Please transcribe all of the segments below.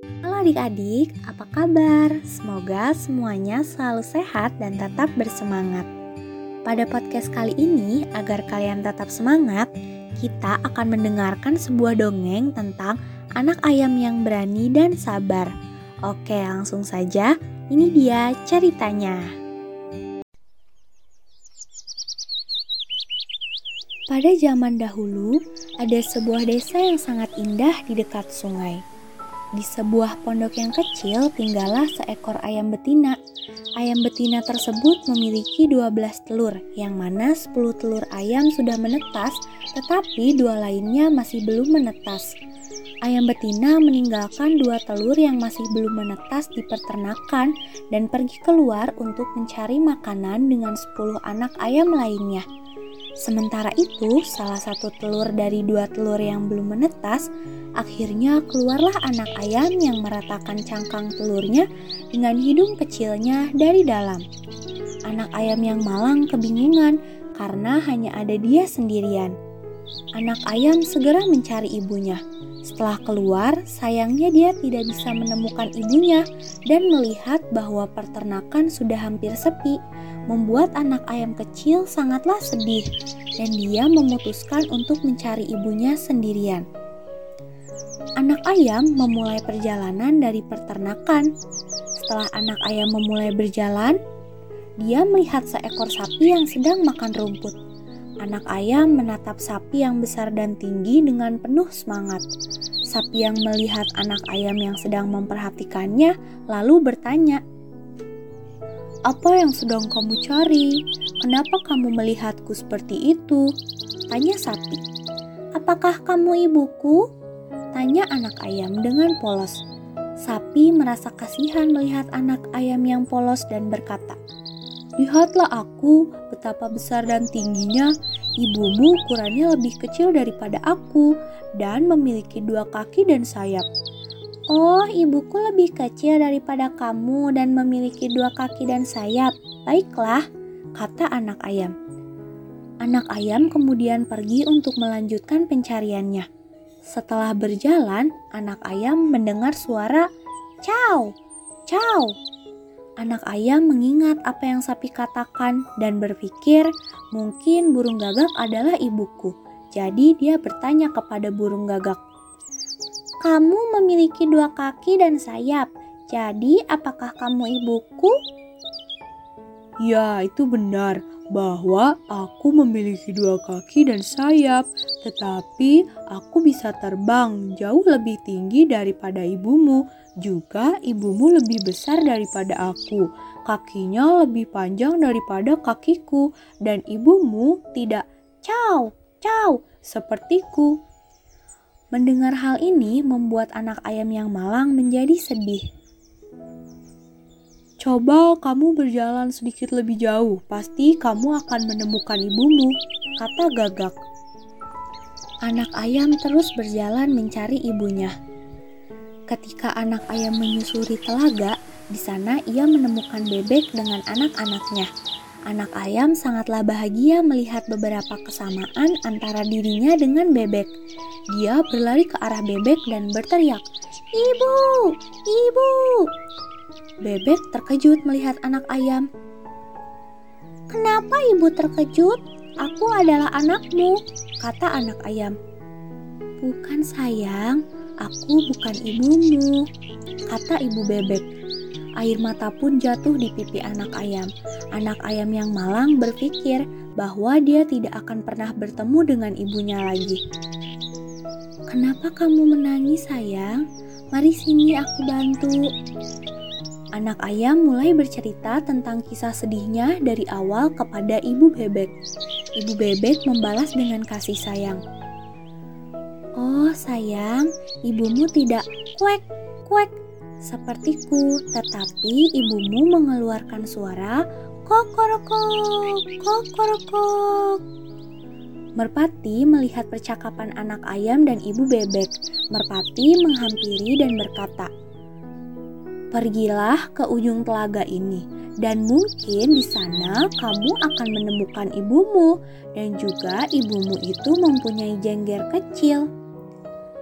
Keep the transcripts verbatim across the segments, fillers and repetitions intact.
Halo adik-adik, apa kabar? Semoga semuanya selalu sehat dan tetap bersemangat. Pada podcast kali ini, agar kalian tetap semangat, kita akan mendengarkan sebuah dongeng tentang anak ayam yang berani dan sabar. Oke, langsung saja, ini dia ceritanya. Pada zaman dahulu, ada sebuah desa yang sangat indah di dekat sungai. Di sebuah pondok yang kecil tinggallah seekor ayam betina. Ayam betina tersebut memiliki dua belas telur, yang mana sepuluh telur ayam sudah menetas, tetapi dua lainnya masih belum menetas. Ayam betina meninggalkan dua telur yang masih belum menetas di peternakan dan pergi keluar untuk mencari makanan dengan sepuluh anak ayam lainnya. Sementara itu, salah satu telur dari dua telur yang belum menetas, akhirnya keluarlah anak ayam yang meratakan cangkang telurnya dengan hidung kecilnya dari dalam. Anak ayam yang malang kebingungan karena hanya ada dia sendirian. Anak ayam segera mencari ibunya. Setelah keluar, sayangnya dia tidak bisa menemukan ibunya dan melihat bahwa peternakan sudah hampir sepi, membuat anak ayam kecil sangatlah sedih dan dia memutuskan untuk mencari ibunya sendirian. Anak ayam memulai perjalanan dari peternakan. Setelah anak ayam memulai berjalan, dia melihat seekor sapi yang sedang makan rumput. Anak ayam menatap sapi yang besar dan tinggi dengan penuh semangat. Sapi yang melihat anak ayam yang sedang memperhatikannya lalu bertanya, "Apa yang sedang kamu cari? Kenapa kamu melihatku seperti itu?" tanya sapi. "Apakah kamu ibuku?" tanya anak ayam dengan polos. Sapi merasa kasihan melihat anak ayam yang polos dan berkata, "Lihatlah aku, betapa besar dan tingginya. Ibumu ukurannya lebih kecil daripada aku dan memiliki dua kaki dan sayap." "Oh, ibuku lebih kecil daripada kamu dan memiliki dua kaki dan sayap. Baiklah," kata anak ayam. Anak ayam kemudian pergi untuk melanjutkan pencariannya. Setelah berjalan, anak ayam mendengar suara "Caw, caw." Anak ayam mengingat apa yang sapi katakan dan berpikir mungkin burung gagak adalah ibuku. Jadi dia bertanya kepada burung gagak, "Kamu memiliki dua kaki dan sayap, jadi apakah kamu ibuku?" "Ya, itu benar bahwa aku memiliki dua kaki dan sayap, tetapi aku bisa terbang jauh lebih tinggi daripada ibumu. Juga ibumu lebih besar daripada aku, kakinya lebih panjang daripada kakiku, dan ibumu tidak caw, caw sepertiku." Mendengar hal ini membuat anak ayam yang malang menjadi sedih. "Coba kamu berjalan sedikit lebih jauh, pasti kamu akan menemukan ibumu," kata gagak. Anak ayam terus berjalan mencari ibunya. Ketika anak ayam menyusuri telaga, di sana ia menemukan bebek dengan anak-anaknya. Anak ayam sangatlah bahagia melihat beberapa kesamaan antara dirinya dengan bebek. Dia berlari ke arah bebek dan berteriak, "Ibu! Ibu!" Bebek terkejut melihat anak ayam. "Kenapa ibu terkejut? Aku adalah anakmu," kata anak ayam. "Bukan sayang, aku bukan ibumu," kata ibu bebek. Air mata pun jatuh di pipi anak ayam. Anak ayam yang malang berpikir bahwa dia tidak akan pernah bertemu dengan ibunya lagi. "Kenapa kamu menangis sayang? Mari sini aku bantu." Anak ayam mulai bercerita tentang kisah sedihnya dari awal kepada ibu bebek. Ibu bebek membalas dengan kasih sayang. "Oh sayang, ibumu tidak kuek, kuek sepertiku, tetapi ibumu mengeluarkan suara kokorokok, kokorokok." Merpati melihat percakapan anak ayam dan ibu bebek. Merpati menghampiri dan berkata, "Pergilah ke ujung telaga ini, dan mungkin di sana kamu akan menemukan ibumu, dan juga ibumu itu mempunyai jengger kecil."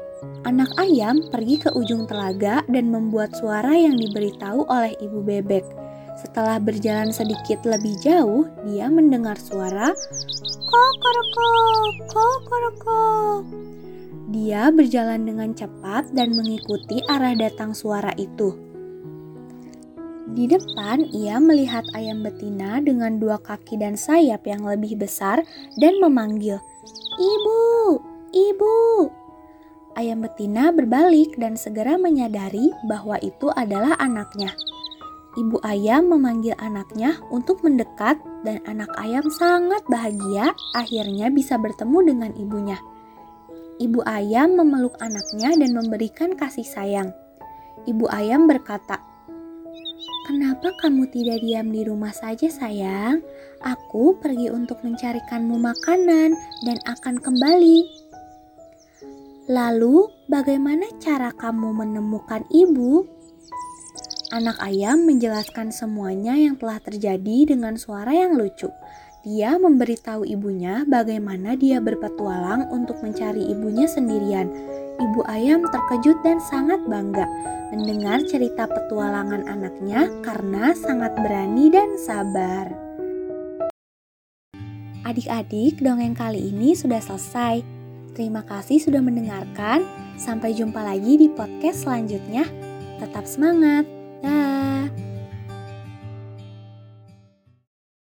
Anak ayam pergi ke ujung telaga dan membuat suara yang diberitahu oleh ibu bebek. Setelah berjalan sedikit lebih jauh, dia mendengar suara kokoroko, kokoroko. Dia berjalan dengan cepat dan mengikuti arah datang suara itu. Di depan, ia melihat ayam betina dengan dua kaki dan sayap yang lebih besar dan memanggil, "Ibu, ibu!" Ayam betina berbalik dan segera menyadari bahwa itu adalah anaknya. Ibu ayam memanggil anaknya untuk mendekat dan anak ayam sangat bahagia akhirnya bisa bertemu dengan ibunya. Ibu ayam memeluk anaknya dan memberikan kasih sayang. Ibu ayam berkata, "Kenapa kamu tidak diam di rumah saja sayang? Aku pergi untuk mencarikanmu makanan dan akan kembali." "Lalu bagaimana cara kamu menemukan ibu?" Anak ayam menjelaskan semuanya yang telah terjadi dengan suara yang lucu. Dia memberitahu ibunya bagaimana dia berpetualang untuk mencari ibunya sendirian. Ibu ayam terkejut dan sangat bangga mendengar cerita petualangan anaknya karena sangat berani dan sabar. Adik-adik, dongeng kali ini sudah selesai. Terima kasih sudah mendengarkan. Sampai jumpa lagi di podcast selanjutnya. Tetap semangat. Dah.